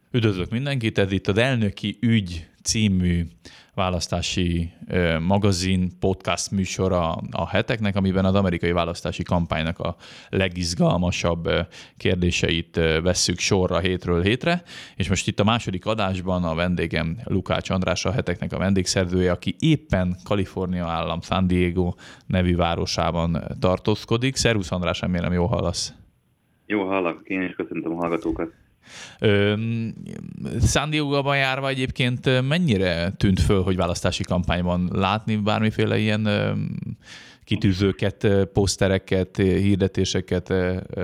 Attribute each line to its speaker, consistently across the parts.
Speaker 1: Üdvözlök mindenkit, ez itt az Elnöki Ügy című választási magazin, podcast műsora a heteknek, amiben az amerikai választási kampánynak a legizgalmasabb kérdéseit vesszük sorra hétről hétre, és most itt a második adásban a vendégem Lukács András, a heteknek a vendégszerzője, aki éppen Kalifornia állam San Diego nevű városában tartózkodik. Szervusz András, remélem jól hallasz.
Speaker 2: Jó hallak, én is köszöntöm a hallgatókat.
Speaker 1: San Diego-ban járva egyébként mennyire tűnt föl, hogy választási kampányban látni bármiféle ilyen kitűzőket, posztereket, hirdetéseket,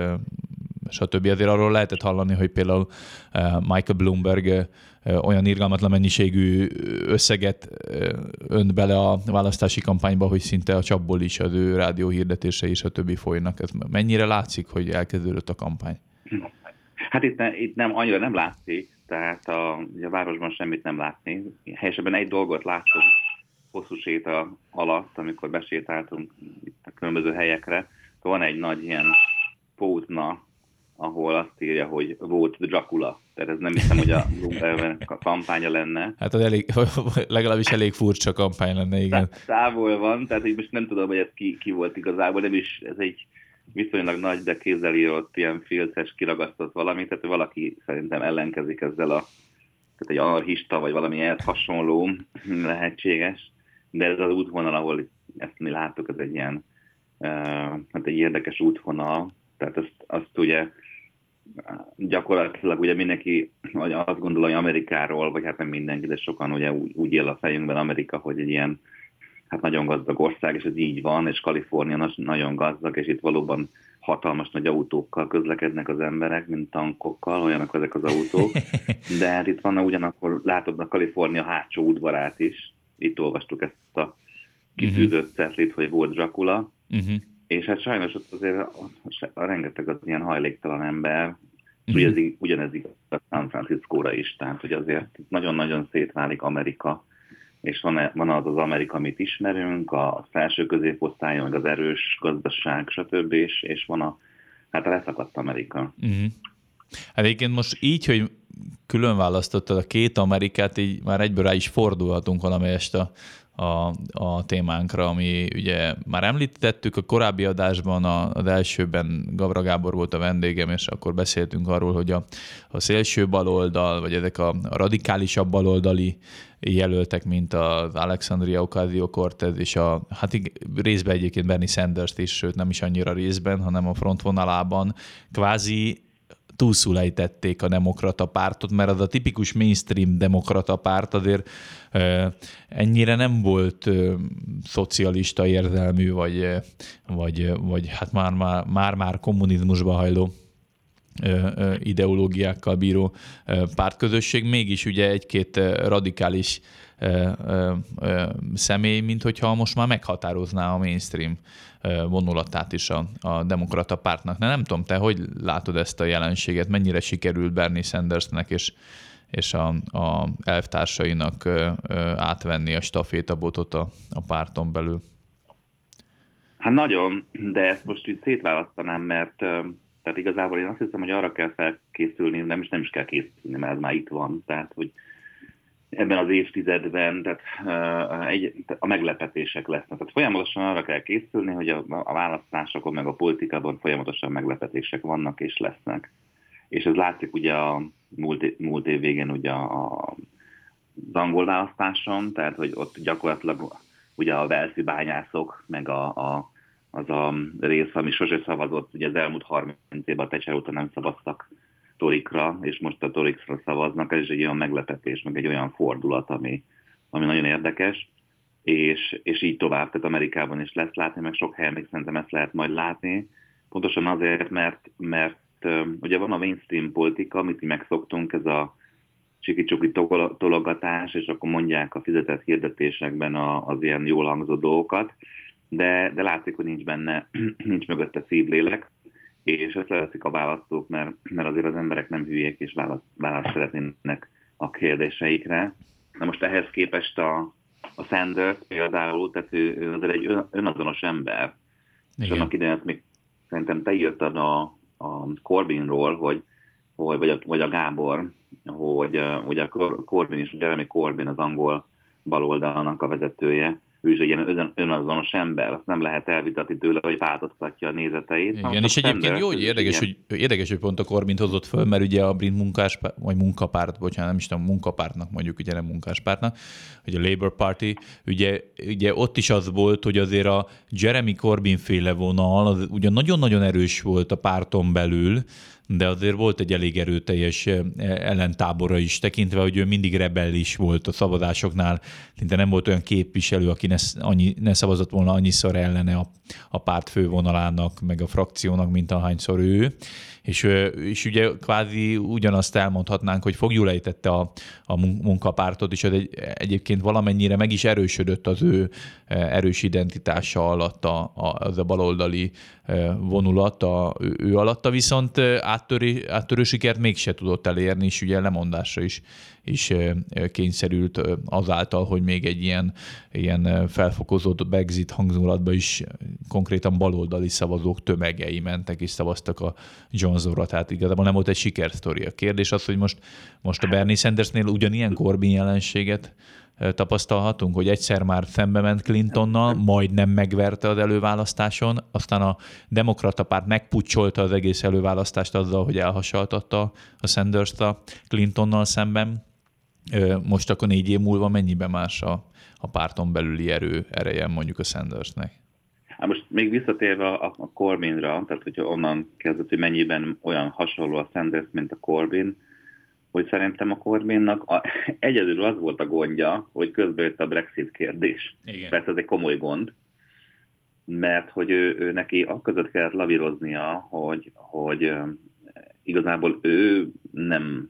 Speaker 1: stb. Azért arról lehetett hallani, hogy például Michael Bloomberg olyan irgalmatlan mennyiségű összeget önt bele a választási kampányba, hogy szinte a csapból is az ő rádióhirdetései és a többi folynak. Ez mennyire látszik, hogy elkezdődött a kampány?
Speaker 2: Hát itt nem annyira nem látszik, tehát a városban semmit nem látni. Helyesebben egy dolgot láttunk hosszú séta alatt, amikor besétáltunk itt a különböző helyekre. Van egy nagy ilyen pótna, ahol azt írja, hogy Vote Dracula. Tehát ez nem hiszem, hogy a Bloomberg kampánya lenne.
Speaker 1: Hát az legalábbis elég furcsa kampány lenne, igen.
Speaker 2: Távol van, tehát most nem tudom, hogy ez ki volt igazából, nem is, ez egy viszonylag nagy, de kézzel írott ilyen filces kiragasztott valami, tehát valaki szerintem ellenkezik ezzel tehát egy anarchista, vagy valami ehhez hasonló lehetséges, de ez az útvonal, ahol ezt mi láttuk, ez egy ilyen hát egy érdekes útvonal, tehát azt ugye gyakorlatilag ugye mindenki azt gondol, hogy Amerikáról, vagy hát nem mindenki, de sokan ugye úgy él a fejünkben Amerika, hogy egy ilyen hát nagyon gazdag ország, és ez így van, és Kalifornia nagyon gazdag, és itt valóban hatalmas nagy autókkal közlekednek az emberek, mint tankokkal, olyanok ezek az autók. De hát itt van ugyanakkor, látod a Kalifornia hátsó udvarát is, itt olvastuk ezt a kitűzött cetlit, hogy volt Dracula, és hát sajnos ott azért rengeteg az ilyen hajléktalan ember, ugyanez igaz San Franciscóra is, tehát hogy azért nagyon-nagyon szétválik Amerika, és van az az Amerika, amit ismerünk, a felső középosztálya, meg az erős gazdaság, stb. És van a leszakadt Amerika.
Speaker 1: Hát egyébként most így, hogy külön választottad a két Amerikát, így már egyből rá is fordulhatunk valamelyest a témánkra, ami ugye már említettük a korábbi adásban, az elsőben Gavra Gábor volt a vendégem, és akkor beszéltünk arról, hogy a szélső baloldal, vagy ezek a radikálisabb baloldali jelöltek, mint az Alexandria Ocasio-Cortez, és részben egyébként Bernie Sanders is, sőt nem is annyira részben, hanem a frontvonalában kvázi túlszul ejtették a demokrata pártot, mert az a tipikus mainstream demokrata párt azért ennyire nem volt szocialista érzelmű, vagy hát már kommunizmusba hajló ideológiákkal bíró pártközösség, mégis ugye egy-két radikális személy, mint hogyha most már meghatározná a mainstream vonulatát is a demokrata pártnak. Nem tudom, te hogy látod ezt a jelenséget? Mennyire sikerült Bernie Sandersnek és a elvtársainak átvenni a stafétabotot a párton belül?
Speaker 2: Hát nagyon, de ezt most így szétválasztanám, mert tehát igazából én azt hiszem, hogy arra kell felkészülni, nem is kell készülni, mert ez már itt van. Tehát, hogy ebben az évtizedben tehát, a meglepetések lesznek. Tehát folyamatosan arra kell készülni, hogy a választásokon, meg a politikában folyamatosan meglepetések vannak és lesznek. És ez látszik ugye a múlt év végén ugye az angol választáson, tehát hogy ott gyakorlatilag ugye a Walesi bányászok, meg az a rész, ami sose szavazott, ugye az elmúlt 30 évben a Thatcher óta nem szavaztak Torikra, és most a Torikra szavaznak, ez egy olyan meglepetés, meg egy olyan fordulat, ami nagyon érdekes, és így tovább, tehát Amerikában is lesz látni, meg sok helyen még szerintem ezt lehet majd látni, pontosan azért, mert ugye van a mainstream politika, amit mi megszoktunk, ez a csiki-csuki tologatás, és akkor mondják a fizetett hirdetésekben az ilyen jól hangzó dolgokat, de látszik, hogy nincs mögötte szívlélek, és ezt leveszik a választók, mert azért az emberek nem hülyék, és választ szeretnének a kérdéseikre. Na most ehhez képest a Sanders például, tehát ő azért egy önazonos ember. Igen. És annak idején ezt még szerintem te írtad a Corbynról, vagy a Gábor, hogy ugye a Corbyn is, Jeremy Corbyn az angol baloldalnak a vezetője, ő is egy ilyen önazonos ember, azt nem lehet elvitatni tőle, hogy változtatja a nézeteit.
Speaker 1: Igen, és egyébként jó, hogy érdekes, hogy pont a Corbyn hozott föl, mert ugye a brit vagy munkapárt, bocsánat, nem is tudom, munkapártnak mondjuk, ugye nem munkáspártnak, hogy a Labour Party, ugye ott is az volt, hogy azért a Jeremy Corbyn féle vonal az ugye nagyon-nagyon erős volt a párton belül, de azért volt egy elég erőteljes ellentábora is, tekintve, hogy ő mindig rebellis volt a szavazásoknál, szinte nem volt olyan képviselő, aki ne szavazott volna annyiszor ellene a párt fővonalának, meg a frakciónak, mint ahányszor ő. És ugye kvázi ugyanazt elmondhatnánk, hogy fogjulejtette a munkapártot, és egyébként valamennyire meg is erősödött az ő erős identitása alatt az a baloldali vonulat ő alatta, viszont áttörő sikert mégse tudott elérni, és ugye lemondásra is kényszerült azáltal, hogy még egy ilyen felfokozott Brexit hangzulatba is konkrétan baloldali szavazók tömegei mentek és szavaztak a Johnsonra, tehát igazából nem volt egy sikersztori. A kérdés az, hogy most a Bernie Sandersnél ugyanilyen Corbyn jelenséget tapasztalhatunk, hogy egyszer már szembe ment Clintonnal, majd nem megverte az előválasztáson, aztán a demokrata párt megpucsolta az egész előválasztást azzal, hogy elhasaltatta a Sanders-t a Clintonnal szemben. Most akkor 4 év múlva mennyiben más a párton belüli ereje mondjuk a Sandersnek?
Speaker 2: Hát most még visszatérve a Corbynra, tehát hogyha onnan kezdett, hogy mennyiben olyan hasonló a Sanders, mint a Corbyn, hogy szerintem a Corbynnak egyedül az volt a gondja, hogy közben jött a Brexit kérdés.
Speaker 1: Igen.
Speaker 2: Persze ez egy komoly gond, mert hogy ő neki akközött kellett lavíroznia, hogy igazából ő nem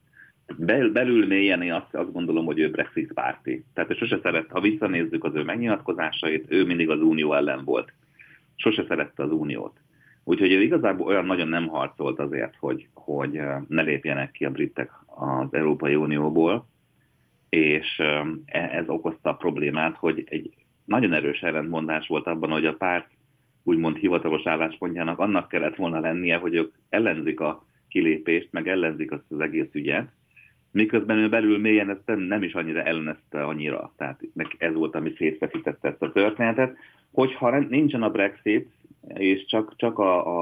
Speaker 2: belül mélyen én azt gondolom, hogy ő Brexit párti. Tehát ő sose szeret, ha visszanézzük az ő megnyilatkozásait, ő mindig az unió ellen volt. Sose szerette az uniót. Úgyhogy ő igazából olyan nagyon nem harcolt azért, hogy ne lépjenek ki a britek az Európai Unióból, és ez okozta a problémát, hogy egy nagyon erős ellentmondás volt abban, hogy a párt úgymond hivatalos álláspontjának annak kellett volna lennie, hogy ők ellenzik a kilépést, meg ellenzik azt az egész ügyet, miközben ő belül mélyen ezt nem is annyira ellenezte annyira. Tehát ez volt, ami szétfeszítette ezt a történetet. Hogyha nincsen a Brexit, és csak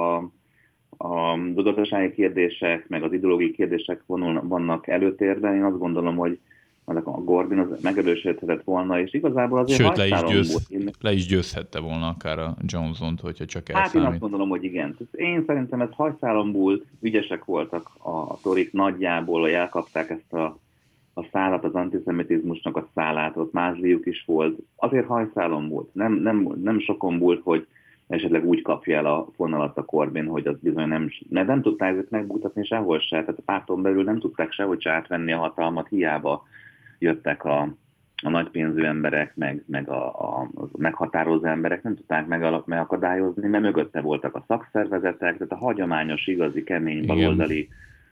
Speaker 2: a gazdasági kérdések, meg az ideológiai kérdések vannak előtérben, én azt gondolom, hogy a Corbyn az megerősödhetett volna, és igazából azért
Speaker 1: sőt, le is győzhette volna akár a Johnsont, hogyha csak elszámít.
Speaker 2: Hát én azt gondolom, hogy igen. Én szerintem ez hajszálon múlt, ügyesek voltak a torik nagyjából, hogy elkapták ezt a szállat, az antiszemitizmusnak a szálát, ott mázliuk is volt. Azért hajszálon múlt. Nem sokon múlt, hogy esetleg úgy kapja el a fonalat a Corbyn, hogy az bizony nem tudták őt megbuktatni sehol se. Tehát a párton belül nem tudták sehogy se átvenni a hatalmat, hiába jöttek a nagy pénzű emberek, meg a meghatározó emberek, nem tudták megakadályozni, mert mögötte voltak a szakszervezetek, tehát a hagyományos, igazi, kemény, baloldali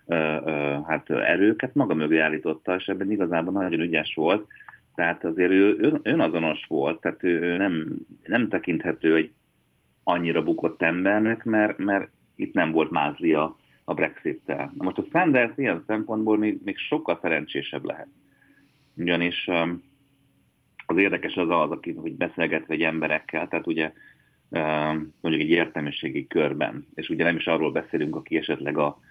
Speaker 2: erőket maga mögé állította, és ebben igazából nagyon ügyes volt. Tehát azért ő önazonos volt, tehát ő nem tekinthető egy annyira bukott embernek, mert itt nem volt mázli a Brexit-tel. Most a Sanders ilyen szempontból még sokkal szerencsésebb lehet. Ugyanis az érdekes az, aki hogy beszélgetve egy emberekkel, tehát ugye mondjuk egy értelmiségi körben, és ugye nem is arról beszélünk, aki esetleg a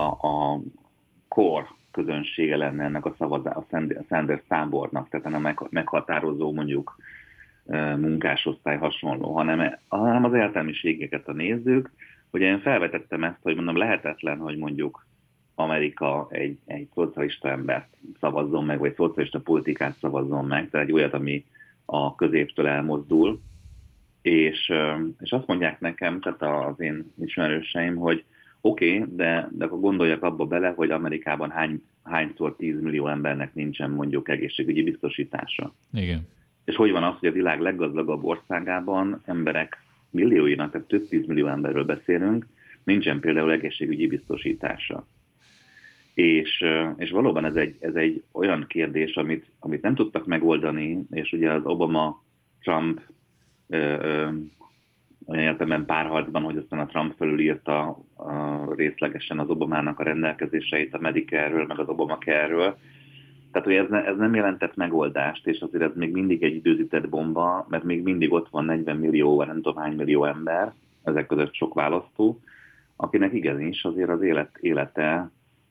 Speaker 2: core közönsége lenne ennek a Sanders tábornak, tehát a meghatározó mondjuk munkásosztály hasonló, hanem az értelmiségeket nézzük. Ugye én felvetettem ezt, hogy mondom, lehetetlen, hogy mondjuk Amerika egy szocialista embert szavazzon meg, vagy szocialista politikát szavazzon meg, tehát egy olyat, ami a középtől elmozdul, és azt mondják nekem, tehát az én ismerőseim, hogy oké, de akkor gondoljak abba bele, hogy Amerikában hányszor 10 millió embernek nincsen mondjuk egészségügyi biztosítása.
Speaker 1: Igen.
Speaker 2: És hogy van az, hogy a világ leggazdagabb országában emberek millióinak, tehát több 10 millió emberről beszélünk, nincsen például egészségügyi biztosítása. És valóban ez egy olyan kérdés, amit nem tudtak megoldani, és ugye az Obama-Trump olyan értelemben párharcban, hogy aztán a Trump felülírta részlegesen az Obamának a rendelkezéseit a Medicare-ről, meg az Obamacare-ről. Tehát, hogy ez nem jelentett megoldást, és azért ez még mindig egy időzített bomba, mert még mindig ott van 40 millió, vagy nem tudom hány millió ember, ezek között sok választó, akinek igenis azért az élete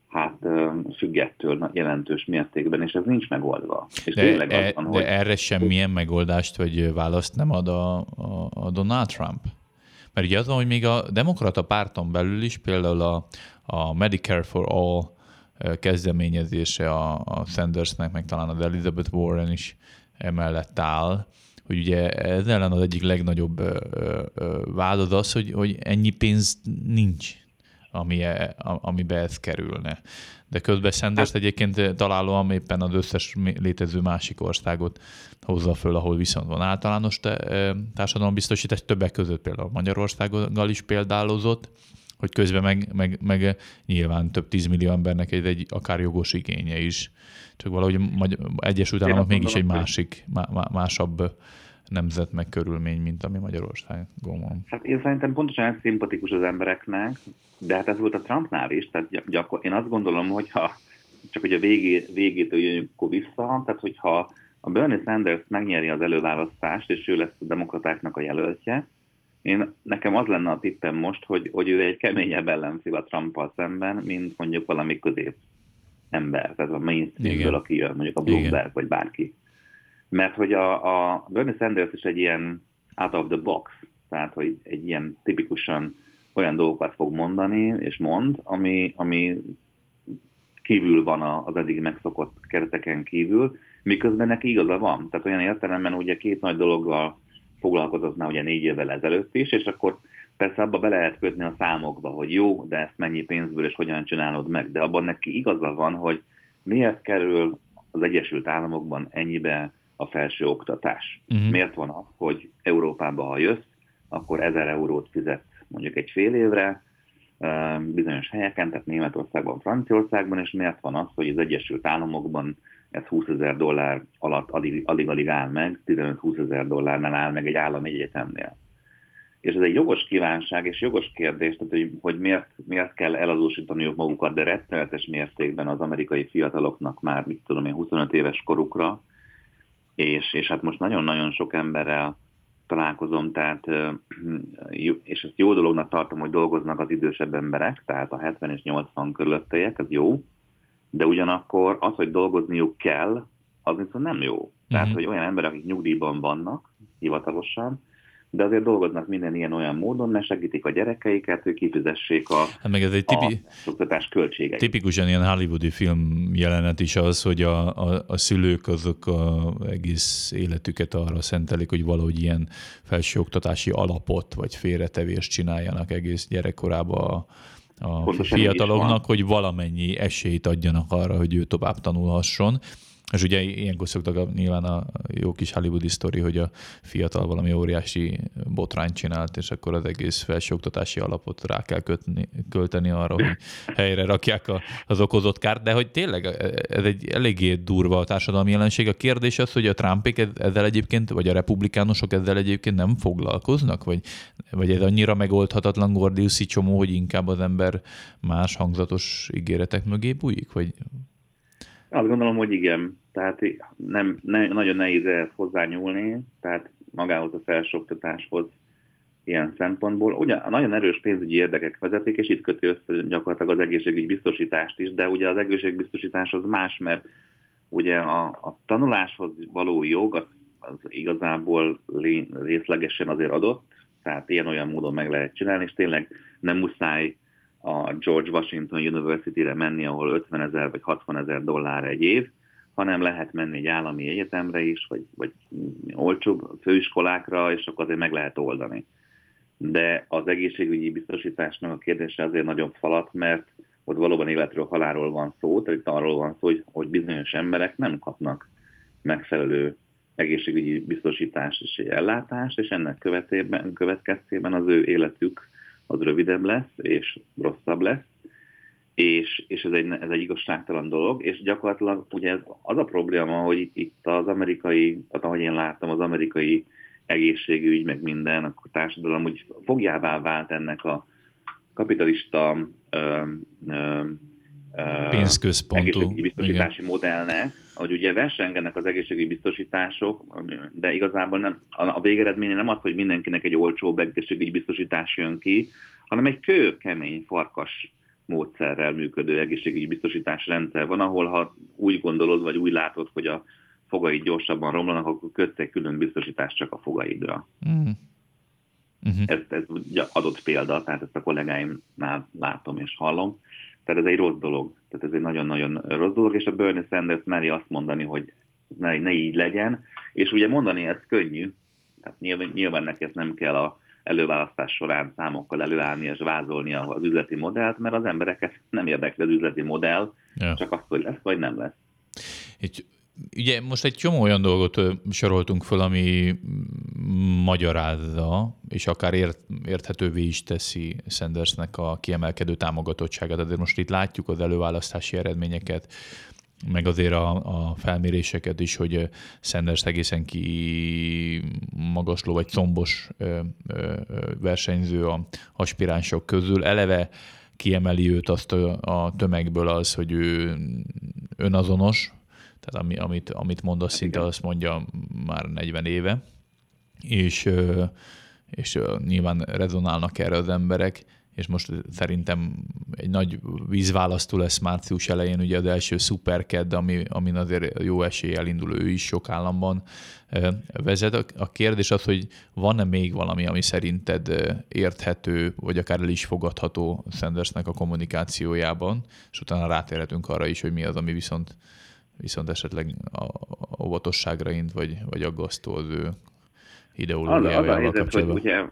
Speaker 2: függettől jelentős mértékben, és ez nincs megoldva. És
Speaker 1: de erre semmilyen megoldást vagy választ nem ad a Donald Trump? Mert ugye az, hogy még a demokrata párton belül is például a Medicare for All kezdeményezése a Sandersnek, meg talán az Elizabeth Warren is emellett áll, hogy ugye ez ellen az egyik legnagyobb vád az, hogy ennyi pénz nincs, amibe ez kerülne. De közben Sanders egyébként találóan éppen az összes létező másik országot hozza föl, ahol viszont van általános társadalombiztosítás, többek között például Magyarországgal is példálozott, hogy közben meg nyilván több 10 millió embernek egy akár jogos igénye is. Csak valahogy Egyesült Államok mégis egy másabb nemzet meg körülmény, mint ami Magyarország, gondolom.
Speaker 2: Hát én szerintem pontosan ez szimpatikus az embereknek, de hát ez volt a Trumpnál is, tehát én azt gondolom, hogyha csak hogy a végétől jönjünk vissza, tehát hogyha a Bernie Sanders megnyeri az előválasztást, és ő lesz a demokratáknak a jelöltje, nekem az lenne a tippem most, hogy ő egy keményebb ellenfél a Trumpal szemben, mint mondjuk valami közép ember, tehát a mainstreamből, aki jön, mondjuk a Bloomberg, vagy bárki. Mert hogy a Bernie Sanders is egy ilyen out of the box, tehát hogy egy ilyen tipikusan olyan dolgokat fog mondani, és mond, ami kívül van az eddig megszokott kereteken kívül, miközben neki igaza van. Tehát olyan értelemben ugye két nagy dologgal foglalkozott már ugye 4 évvel ezelőtt is, és akkor persze abba be lehet kötni a számokba, hogy jó, de ezt mennyi pénzből és hogyan csinálod meg, de abban neki igaza van, hogy miért kerül az Egyesült Államokban ennyibe a felső oktatás. Miért van az, hogy Európába, ha jössz, akkor 1000 eurót fizet mondjuk egy fél évre, bizonyos helyeken, tehát Németországban, Franciaországban, és miért van az, hogy az Egyesült Államokban ez $20,000 alatt alig-alig áll meg, $15-20,000 áll meg egy állami egyetemnél. És ez egy jogos kívánság és jogos kérdés, tehát, hogy miért kell eladósítaniuk magukat, de rettenetes mértékben az amerikai fiataloknak már, 25 éves korukra, és hát most nagyon-nagyon sok emberrel találkozom, tehát, és ezt jó dolognak tartom, hogy dolgoznak az idősebb emberek, tehát a 70 és 80 körülöttiek, ez jó, de ugyanakkor az, hogy dolgozniuk kell, az viszont nem jó. Tehát, hogy olyan emberek, akik nyugdíjban vannak, hivatalosan, de azért dolgoznak minden ilyen olyan módon, mert segítik a gyerekeiket, hogy kifizessék
Speaker 1: hát meg ez egy
Speaker 2: oktatás költségeit.
Speaker 1: Tipikusan ilyen hollywoodi film jelenet is az, hogy a szülők azok egész életüket arra szentelik, hogy valahogy ilyen felsőoktatási alapot vagy félretevést csináljanak egész gyerekkorában a fiataloknak, hogy valamennyi esélyt adjanak arra, hogy ő tovább tanulhasson. És ugye ilyenkor szoktak nyilván a jó kis hollywoodi sztori, hogy a fiatal valami óriási botrányt csinált, és akkor az egész felsőoktatási alapot rá kell költeni arra, hogy helyre rakják az okozott kárt. De hogy tényleg ez egy eléggé durva társadalmi jelenség. A kérdés az, hogy a Trumpék ezzel egyébként, vagy a republikánusok ezzel egyébként nem foglalkoznak? Vagy ez annyira megoldhatatlan gordiuszi csomó, hogy inkább az ember más hangzatos ígéretek mögé bújik? Vagy...
Speaker 2: Azt gondolom, hogy igen. Tehát nagyon nehéz ehhez hozzányúlni, tehát magához a felsőoktatáshoz ilyen szempontból. Ugye nagyon erős pénzügyi érdekek vezetik, és itt köti össze gyakorlatilag az egészségügyi biztosítást is, de ugye az egészségbiztosítás az más, mert ugye a tanuláshoz való jog az igazából részlegesen azért adott, tehát ilyen-olyan módon meg lehet csinálni, és tényleg nem muszáj a George Washington University-re menni, ahol $50,000 vagy $60,000 egy év, hanem lehet menni egy állami egyetemre is, vagy olcsóbb főiskolákra, és akkor azért meg lehet oldani. De az egészségügyi biztosításnak a kérdése azért nagyobb falat, mert ott valóban életről, halálról van szó, tehát itt arról van szó, hogy bizonyos emberek nem kapnak megfelelő egészségügyi biztosítást és ellátást, és ennek következtében az ő életük az rövidebb lesz, és rosszabb lesz, és ez egy igazságtalan dolog, és gyakorlatilag ugye az a probléma, hogy itt az amerikai, ahogy én láttam, az amerikai egészségügy, meg minden, akkor a társadalom úgy fogjává vált ennek a kapitalista
Speaker 1: pénzközpontú
Speaker 2: egészségügyi biztosítási modellnek, hogy ugye versengenek az egészségügyi biztosítások, de igazából nem, a végeredménye nem az, hogy mindenkinek egy olcsóbb egészségügyi biztosítás jön ki, hanem egy kőkemény farkas módszerrel működő egészségügyi biztosítási rendszer van, ahol ha úgy gondolod, vagy úgy látod, hogy a fogaid gyorsabban romlanak, akkor kötsz egy külön biztosítást csak a fogaidra. Ez ugye adott példa, tehát ezt a kollégáimnál látom és hallom. Tehát ez egy rossz dolog. Tehát ez egy nagyon-nagyon rossz dolog, és a Bernie Sanders meri azt mondani, hogy ne így legyen, és ugye mondani ez könnyű, tehát nyilván neki ezt nem kell a előválasztás során számokkal előállni és vázolni az üzleti modellt, mert az embereket nem érdekli az üzleti modell, csak azt, hogy lesz vagy nem lesz.
Speaker 1: Ugye most egy csomó olyan dolgot soroltunk föl, ami magyarázza, és akár érthetővé is teszi Sandersnek a kiemelkedő támogatottságát. De most itt látjuk az előválasztási eredményeket, meg azért a felméréseket is, hogy Sanders egészen kimagasló vagy combos versenyző a aspiránsok közül. Eleve kiemeli őt azt a tömegből az, hogy ő önazonos, tehát amit mondasz, szinte azt mondja már 40 éve, és nyilván rezonálnak erre az emberek, és most szerintem egy nagy vízválasztó lesz március elején, ugye az első szuperkedd, amin azért jó eséllyel indul, ő is sok államban vezet. A kérdés az, hogy van-e még valami, ami szerinted érthető, vagy akár el is fogadható Sandersnek a kommunikációjában, és utána rátérhetünk arra is, hogy mi az, ami viszont esetleg a óvatosságra int, vagy aggasztó az ő ideológiájával kapcsolatban.
Speaker 2: Ugye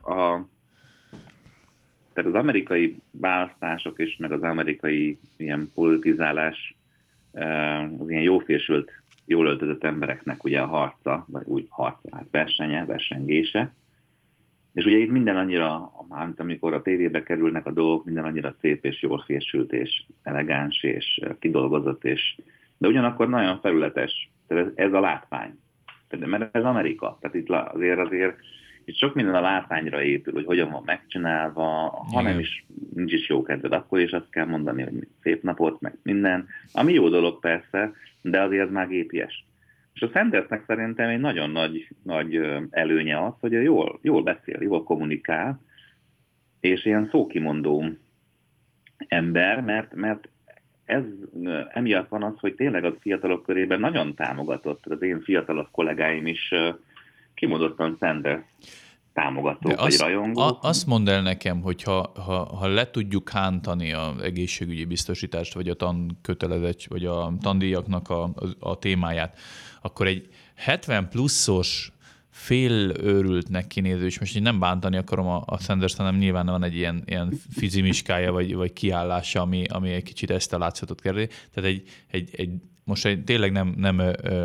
Speaker 2: tehát az amerikai választások és meg az amerikai ilyen politizálás az ilyen jófésült, jól öltözött embereknek ugye a harca, vagy úgy harca, hát versengése. És ugye itt minden annyira, amikor a tévébe kerülnek a dolgok, minden annyira szép és jól fésült és elegáns és kidolgozott, de ugyanakkor nagyon felületes. Tehát ez a látvány. Mert ez Amerika. Tehát itt azért itt sok minden a látványra épül, hogy hogyan van megcsinálva, ha nem is, nincs is jó kedved, akkor is azt kell mondani, hogy szép napot, meg minden. Ami jó dolog persze, de azért már gépies. És a Sandersnek szerintem egy nagyon nagy előnye az, hogy jól beszél, jól kommunikál, és ilyen szókimondó ember, mert ez emiatt van az, hogy tényleg a fiatalok körében nagyon támogatott. Az én fiatalabb kollégáim is kimondottan Sanders támogatók vagy rajongók.
Speaker 1: Azt mondd el nekem, hogy ha le tudjuk hántani az egészségügyi biztosítást, vagy a tankötelezett, vagy a tandíjaknak a témáját, akkor egy 70 pluszos félőrültnek kinéző, és most így nem bántani akarom a Sanders, hanem nyilván van egy ilyen fizimiskája, vagy kiállása, ami egy kicsit ezt a látszatot kerül. Tehát most tényleg nem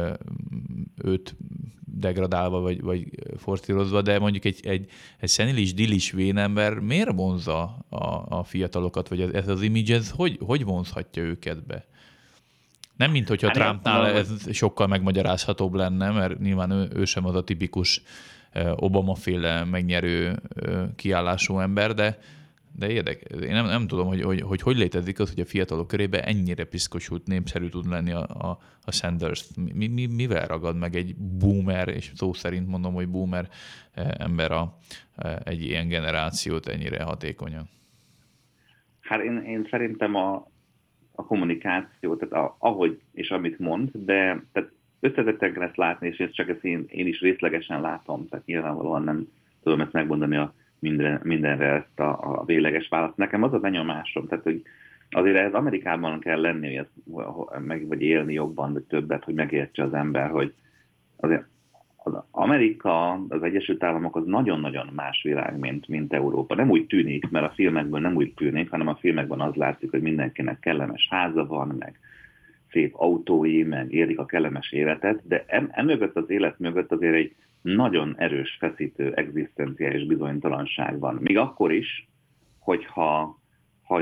Speaker 1: őt degradálva, vagy forszírozva, de mondjuk egy szenilis, dilis vénember miért vonzza a fiatalokat, vagy ez az image, ez hogy vonzhatja őket be? Nem, mint hogyha Trumpnál ez sokkal megmagyarázhatóbb lenne, mert nyilván ő sem az a tipikus Obama-féle megnyerő kiállású ember, de én nem tudom, hogy létezik az, hogy a fiatalok körében ennyire piszkosult, népszerű tud lenni a Sanders. Mivel ragad meg egy boomer, és szó szerint mondom, hogy boomer ember egy ilyen generációt ennyire hatékonyan? Hát
Speaker 2: én szerintem a kommunikáció, tehát ahogy és amit mond, de tehát összetettleg lesz látni, és ezt én is részlegesen látom, tehát nyilvánvalóan nem tudom ezt megmondani mindenre ezt a végleges választ. Nekem az a benyomásom, tehát hogy azért ez Amerikában kell lenni, vagy élni jobban, vagy többet, hogy megértse az ember, hogy azért az Amerika, az Egyesült Államok az nagyon-nagyon más világ, mint Európa. Nem úgy tűnik, mert a filmekből nem úgy tűnik, hanem a filmekben az látszik, hogy mindenkinek kellemes háza van, meg szép autói, meg élik a kellemes életet, de emögött az élet mögött azért egy nagyon erős, feszítő, egzisztenciális bizonytalanság van. Még akkor is, hogyha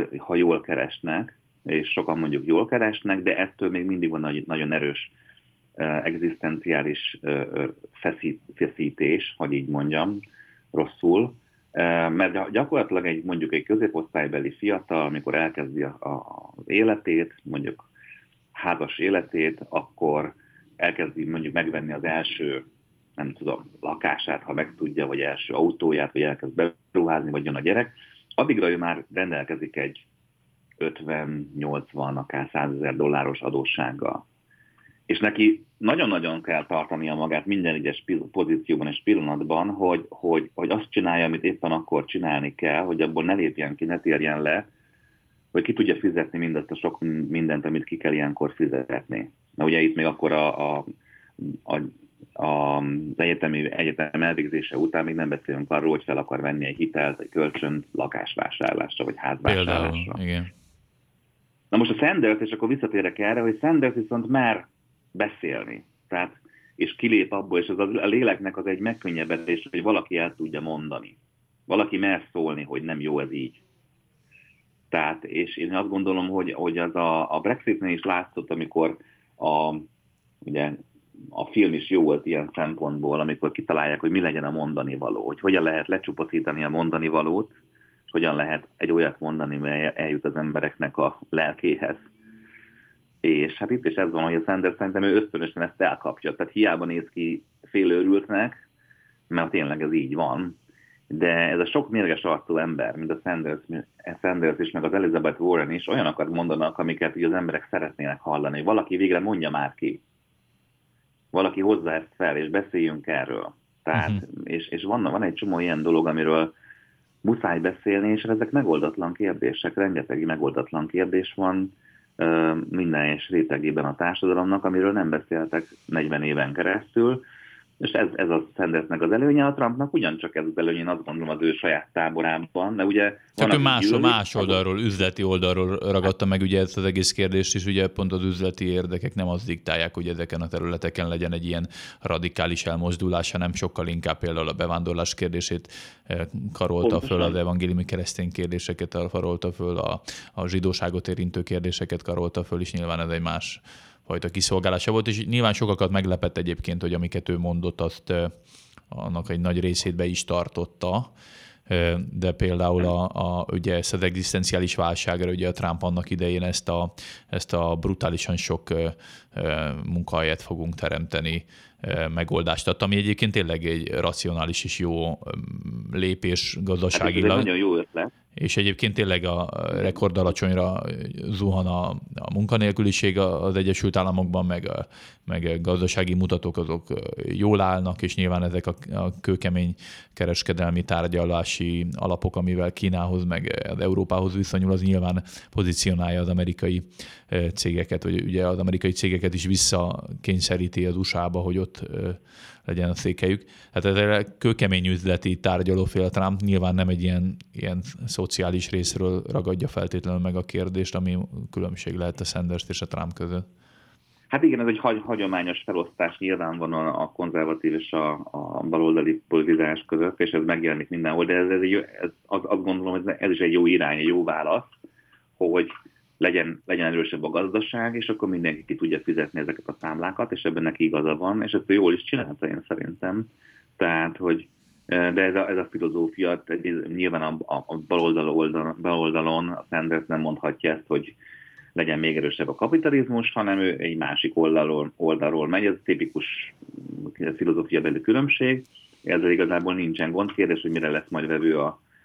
Speaker 2: jól keresnek, és sokan mondjuk jól keresnek, de ettől még mindig van nagyon erős egzisztenciális feszítés, hogy így mondjam, rosszul, mert gyakorlatilag mondjuk egy középosztálybeli fiatal, amikor elkezdi az életét, mondjuk házas életét, akkor elkezdi mondjuk megvenni az első, nem tudom, lakását, ha meg tudja, vagy első autóját, vagy elkezd beruházni, vagy jön a gyerek, addigra ő már rendelkezik egy 50-80, akár $100,000 adóssággal. És neki nagyon-nagyon kell tartania magát minden egyes pozícióban és pillanatban, hogy azt csinálja, amit éppen akkor csinálni kell, hogy abból ne lépjen ki, ne térjen le, hogy ki tudja fizetni mindazt a sok mindent, amit ki kell ilyenkor fizetni. Na ugye itt még akkor az egyetem elvégzése után még nem beszélünk arról, hogy fel akar venni egy hitelt, egy kölcsönt lakásvásárlásra, vagy házvásárlásra.
Speaker 1: Például, igen.
Speaker 2: Na most a Sanders, és akkor visszatérek erre, hogy Sanders viszont mer beszélni. Tehát, és kilép abból, és a léleknek az egy megkönnyebbedés, hogy valaki el tudja mondani. Valaki mer szólni, hogy nem jó ez így. Tehát, és én azt gondolom, hogy az a Brexitnél is látszott, amikor ugye a film is jó volt ilyen szempontból, amikor kitalálják, hogy mi legyen a mondani való, hogy hogyan lehet lecsupaszítani a mondani valót, és hogyan lehet egy olyat mondani, mely eljut az embereknek a lelkéhez. És hát itt is ez van, hogy a Sanders szerintem ő ösztönösen ezt elkapja. Tehát hiába néz ki félőrültnek, mert tényleg ez így van. De ez a sok mérges arcú ember, mint a Sanders is, meg az Elizabeth Warren is olyanokat mondanak, amiket ugye az emberek szeretnének hallani. Valaki végre mondja már ki. Valaki hozza ezt fel, és beszéljünk erről. Tehát, és van egy csomó ilyen dolog, amiről muszáj beszélni, és ezek megoldatlan kérdések, rengeteg megoldatlan kérdés van minden egyes rétegében a társadalomnak, amiről nem beszéltek 40 éven keresztül, és ez a Sandersnek az előnye, a Trumpnak ugyancsak ez az előnye, én azt gondolom az ő saját táborában, de ugye...
Speaker 1: Csak ő más oldalról, üzleti oldalról ragadta meg ugye ezt az egész kérdést, és ugye pont az üzleti érdekek nem azt diktálják, hogy ezeken a területeken legyen egy ilyen radikális elmozdulás, hanem sokkal inkább például a bevándorlás kérdését karolta pontosan föl, az evangéliumi keresztény kérdéseket karolta föl, a zsidóságot érintő kérdéseket karolta föl, és nyilván ez egy más fajta kiszolgálása volt, és nyilván sokakat meglepett egyébként, hogy amiket ő mondott, azt annak egy nagy részét be is tartotta, de például ugye ezt az egzisztenciális válságra, ugye a Trump annak idején ezt a brutálisan sok munkahelyet fogunk teremteni megoldást adta, ami egyébként tényleg egy racionális és jó lépés gazdaságilag.
Speaker 2: Hát ez egy nagyon jó ötlet.
Speaker 1: És egyébként tényleg a rekordalacsonyra zuhan a munkanélküliség az Egyesült Államokban, meg gazdasági mutatók azok jól állnak, és nyilván ezek a kőkemény kereskedelmi tárgyalási alapok, amivel Kínához, meg az Európához viszonyul, az nyilván pozícionálja az amerikai cégeket, vagy ugye az amerikai cégeket is visszakényszeríti az USA-ba, hogy ott legyen a székhelyük. Hát ez a kőkemény üzleti tárgyalófél a Trump nyilván nem egy ilyen szociális részről ragadja feltétlenül meg a kérdést, ami különbség lehet a Sanders és a Trump között.
Speaker 2: Hát igen, ez egy hagyományos felosztás nyilvánvalóan a konzervatív és a baloldali politizálás között, és ez megjelenik mindenhol, de azt gondolom, hogy ez is egy jó irány, egy jó válasz, hogy legyen erősebb a gazdaság, és akkor mindenki ki tudja fizetni ezeket a számlákat, és ebben neki igaza van, és ezt jól is csinálta én szerintem. Tehát, hogy de ez a filozófia, nyilván a baloldalon a Sanders nem mondhatja ezt, hogy legyen még erősebb a kapitalizmus, hanem ő egy másik oldalról megy, ez tipikus filozófia belül különbség, ezzel igazából nincsen gond, kérdés, hogy mire lesz majd vevő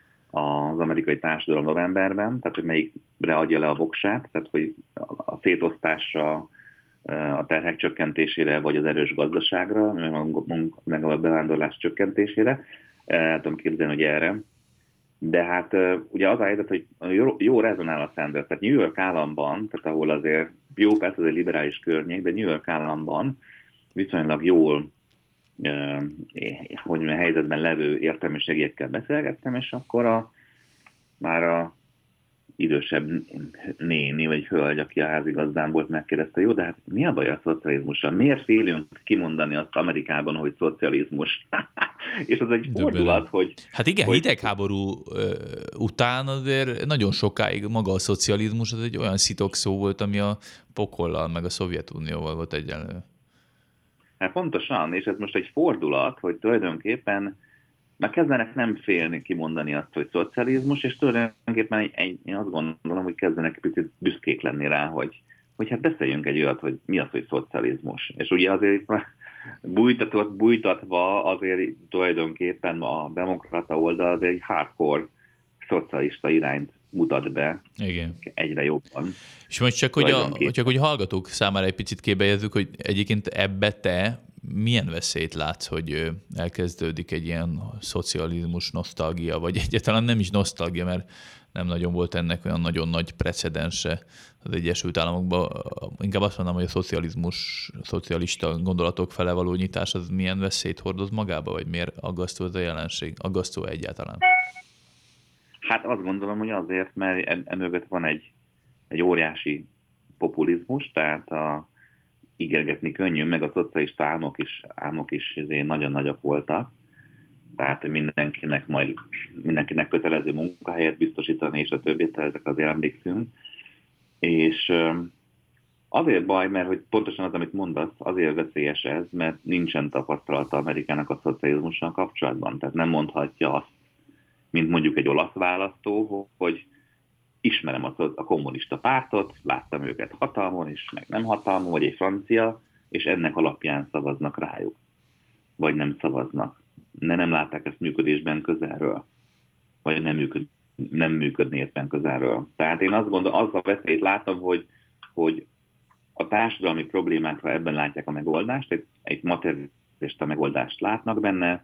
Speaker 2: az amerikai társadalom novemberben, tehát hogy melyikre adja le a voksát, tehát hogy a szétosztásra, a terhek csökkentésére, vagy az erős gazdaságra, meg a bevándorlás csökkentésére. El tudom képzelni, hogy erre. De hát ugye az a helyzet, hogy jó rezonál a Sanders, tehát New York államban, tehát ahol azért jó, persze az egy liberális környék, de New York államban viszonylag jól hogy a helyzetben levő értelmiségiekkel beszélgettem, és akkor már a idősebb néni vagy hölgy, aki a házigazdám volt, megkérdezte, jó, de hát mi a baj a szocializmussal? Miért félünk kimondani azt Amerikában, hogy szocializmus? És az egy fordulat, hogy...
Speaker 1: Hát igen, hidegháború után azért nagyon sokáig maga a szocializmus az egy olyan szitok szó volt, ami a pokollal, meg a Szovjetunióval volt egyenlő.
Speaker 2: Hát pontosan, és ez most egy fordulat, hogy tulajdonképpen már kezdenek nem félni kimondani azt, hogy szocializmus, és tulajdonképpen én azt gondolom, hogy kezdenek picit büszkék lenni rá, hogy hát beszéljünk egy olyat, hogy mi az, hogy szocializmus. És ugye azért bújtatva azért tulajdonképpen a demokrata oldal azért egy hardcore szocialista irányt mutat be.
Speaker 1: Igen.
Speaker 2: Egyre jobban.
Speaker 1: És most csak hogy hallgatók számára egy picit képbejezzük, hogy egyébként ebbe te milyen veszélyt látsz, hogy elkezdődik egy ilyen szocializmus nosztalgia, vagy egyáltalán nem is nosztalgia, mert nem nagyon volt ennek olyan nagyon nagy precedense az Egyesült Államokban. Inkább azt mondom, hogy a szocialista gondolatok fele való nyitás az milyen veszélyt hordoz magába, vagy miért aggasztó ez a jelenség? Aggasztó egyáltalán?
Speaker 2: Hát azt gondolom, hogy azért, mert emögött van egy óriási populizmus, tehát ígérgetni könnyű, meg a szocialista álmok is nagyon nagyok voltak. Tehát mindenkinek kötelező munkahelyet biztosítani, és a többit, ezek azért emlékszünk. És azért baj, mert hogy pontosan az, amit mondasz, azért veszélyes ez, mert nincsen tapasztalata Amerikának a szocializmussal kapcsolatban. Tehát nem mondhatja azt, mint mondjuk egy olasz választó, hogy ismerem a kommunista pártot, láttam őket hatalmon is, meg nem hatalmon, vagy egy francia, és ennek alapján szavaznak rájuk. Vagy nem szavaznak. Nem látták ezt működésben közelről. Vagy nem működni éppen közelről. Tehát én azt gondolom, az a veszélyt látom, hogy a társadalmi problémákra ebben látják a megoldást, egy materialista megoldást látnak benne,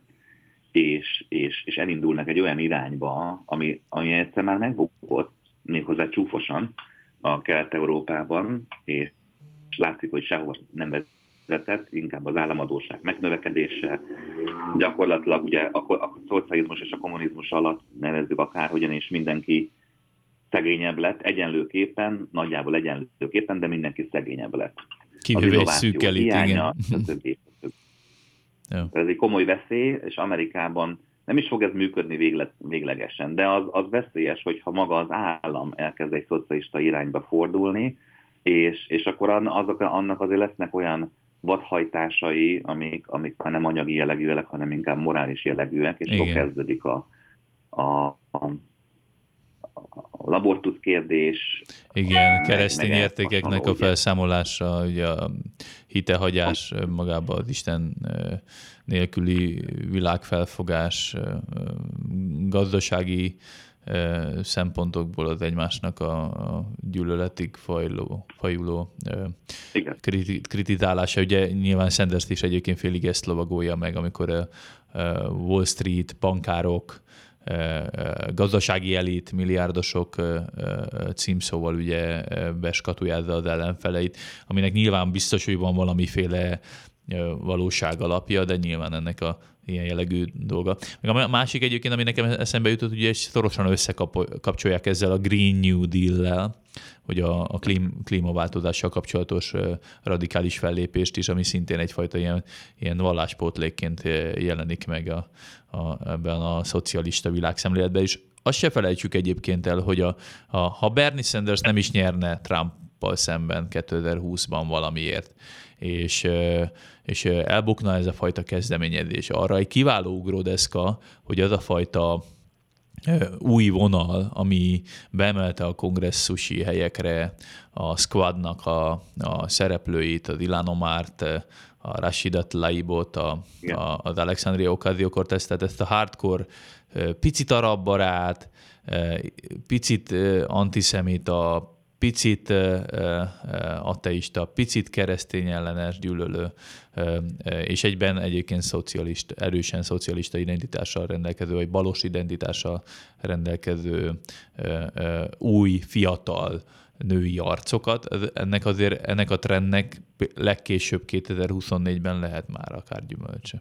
Speaker 2: és elindulnak egy olyan irányba, ami egyszer már megbukott, méghozzá csúfosan a Kelet-Európában, és látszik, hogy sehova nem vezetett, inkább az államadósság megnövekedése. Gyakorlatilag ugye a szocializmus és a kommunizmus alatt nevezzük akárhogyan, és mindenki szegényebb lett, egyenlőképpen, nagyjából egyenlőképpen, de mindenki szegényebb lett.
Speaker 1: Kivéve egy szűk elit, igen.
Speaker 2: Ez egy komoly veszély, és Amerikában nem is fog ez működni véglegesen, de az veszélyes, hogyha maga az állam elkezd egy szocialista irányba fordulni, és akkor annak azért lesznek olyan vadhajtásai, amik már nem anyagi jellegűek, hanem inkább morális jellegűek, és akkor kezdődik a labortusz kérdés.
Speaker 1: Igen, keresztény értékeknek a felszámolása, ugye a hitehagyás magába, az Isten nélküli világfelfogás, gazdasági szempontokból az egymásnak a gyűlöletig fajuló kritizálása. Ugye nyilván Sanders is egyébként félig ezt lovagolja meg, amikor a Wall Street, bankárok, gazdasági elit, milliárdosok címszóval ugye beskatujázza az ellenfeleit, aminek nyilván biztos, hogy van valamiféle valóság alapja, de nyilván ennek a ilyen jellegű dolga. Meg a másik egyébként, ami nekem eszembe jutott, ugye szorosan összekapcsolják ezzel a Green New Deal-lel, hogy a klímaváltozással kapcsolatos radikális fellépést is, ami szintén egyfajta ilyen valláspótlékként jelenik meg ebben a szocialista világszemléletben is. Azt se felejtsük egyébként el, hogy ha Bernie Sanders nem is nyerne Trumpal szemben 2020-ban valamiért, és elbukna ez a fajta kezdeményezés. Arra egy kiváló ugródeszka, hogy az a fajta új vonal, ami beemelte a kongresszusi helyekre a Squadnak a szereplőit, az Ilhan Omart, a Rashidat Tlaibot, az Alexandria Ocasio-Cortez, tehát ezt a hardcore, picit arab barát, picit antiszemita, picit ateista, picit keresztény ellenes, gyűlölő, és egyben egyébként erősen szocialista identitással rendelkező, vagy balos identitással rendelkező új, fiatal női arcokat. Ennek a trendnek legkésőbb 2024-ben lehet már akár gyümölcse.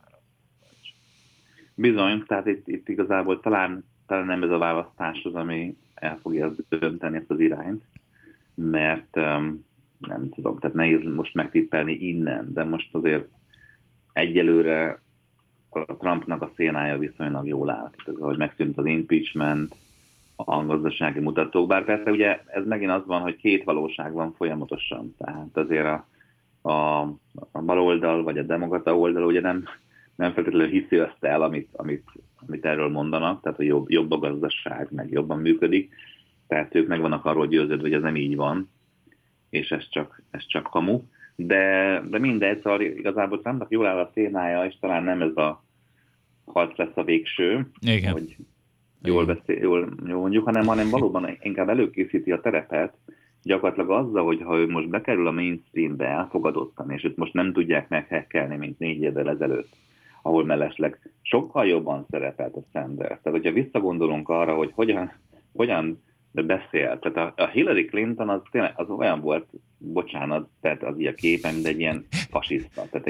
Speaker 2: Bizony, tehát itt igazából talán nem ez a választás az, ami el fogja dönteni ezt az irányt, mert nem tudom, tehát nehéz most megtippelni innen, de most azért egyelőre a Trumpnak a szénája viszonylag jól áll. Tehát, ahogy megszűnt az impeachment, a gazdasági mutatók, bár persze ugye ez megint az van, hogy két valóság van folyamatosan, tehát azért a baloldal vagy a demokrata oldal ugye nem feltétlenül hiszi azt el, amit erről mondanak, tehát hogy jobb a gazdaság, meg jobban működik, tehát ők meg vannak arról győződve, hogy ez nem így van, és ez csak kamu. De mindegy, szóval igazából Trumpnak jól áll a témája, és talán nem ez a harc lesz a végső,
Speaker 1: igen.
Speaker 2: Hogy jól mondjuk, hanem valóban inkább előkészíti a terepet, gyakorlatilag azzal, hogy ha ő most bekerül a mainstreambe elfogadottan, és őt most nem tudják meghekkelni, mint 4 évvel ezelőtt, ahol mellesleg sokkal jobban szerepelt a Sanders. Tehát, hogyha visszagondolunk arra, hogy hogyan beszélt, tehát a Hillary Clinton az tényleg az olyan volt, bocsánat, tehát az ilyen képen, mint egy ilyen fasiszta, tehát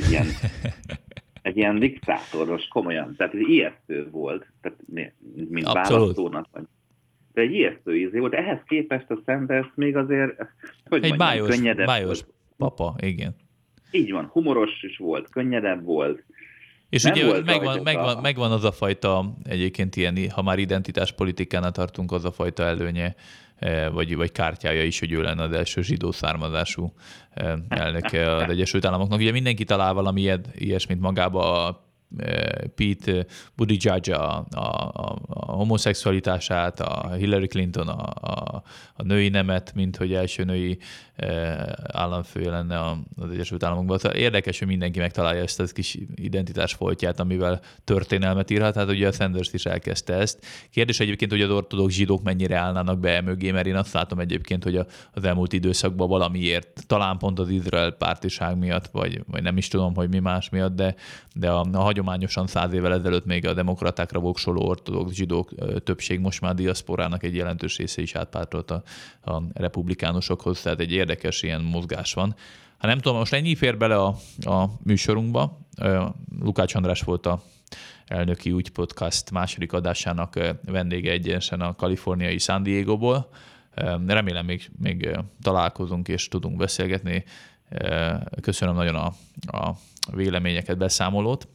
Speaker 2: egy ilyen diktátoros, komolyan, tehát egy ijesztő volt, tehát mint választónak, vagy. De egy ijesztő ízé volt. Ehhez képest a Sanders még azért, hogy
Speaker 1: egy
Speaker 2: könnyedebb
Speaker 1: bájos papa, igen.
Speaker 2: Így van, humoros is volt, könnyedebb volt.
Speaker 1: És nem ugye megvan az a fajta, egyébként ilyen, ha már identitáspolitikánál tartunk, az a fajta előnye, vagy kártyája is, hogy ő lenne az első zsidó származású elnöke az Egyesült Államoknak. Ugye mindenki talál valami ilyesmit magába, a Pete Buttigieg a homoszexualitását, a Hillary Clinton a női nemet, mint hogy első női államfője lenne az Egyesült Államokban. Érdekes, hogy mindenki megtalálja ezt a kis identitásfoltját, amivel történelmet írhat. Hát ugye a Sanders is elkezdte ezt. Kérdés egyébként, hogy az ortodox zsidók mennyire állnának be mögé, mert én azt látom egyébként, hogy az elmúlt időszakban valamiért, talán pont az Izrael pártiság miatt, vagy nem is tudom, hogy mi más miatt, de a hagyományosan 100 évvel ezelőtt még a demokratákra voksoló ortodox zsidók többség most már a diaszporának egy jelentős része is átpártolt a republikánusokhoz, tehát egy érdekes ilyen mozgás van. Hát nem tudom, most ennyi fér bele a műsorunkba. Lukács András volt a Elnöki Ügy Podcast második adásának vendége egyenesen a kaliforniai San Diegóból. Remélem még találkozunk és tudunk beszélgetni. Köszönöm nagyon a véleményeket, beszámolót.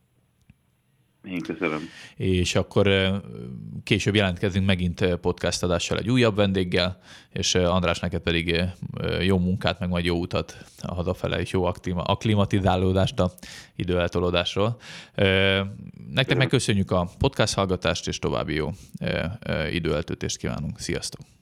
Speaker 2: Én köszönöm.
Speaker 1: És akkor később jelentkezünk megint podcast adással egy újabb vendéggel, és András, neked pedig jó munkát, meg majd jó utat hazafele, és jó akklimatizálódást a időeltolódásról. Nektek megköszönjük a podcast hallgatást, és további jó időeltöltést kívánunk. Sziasztok!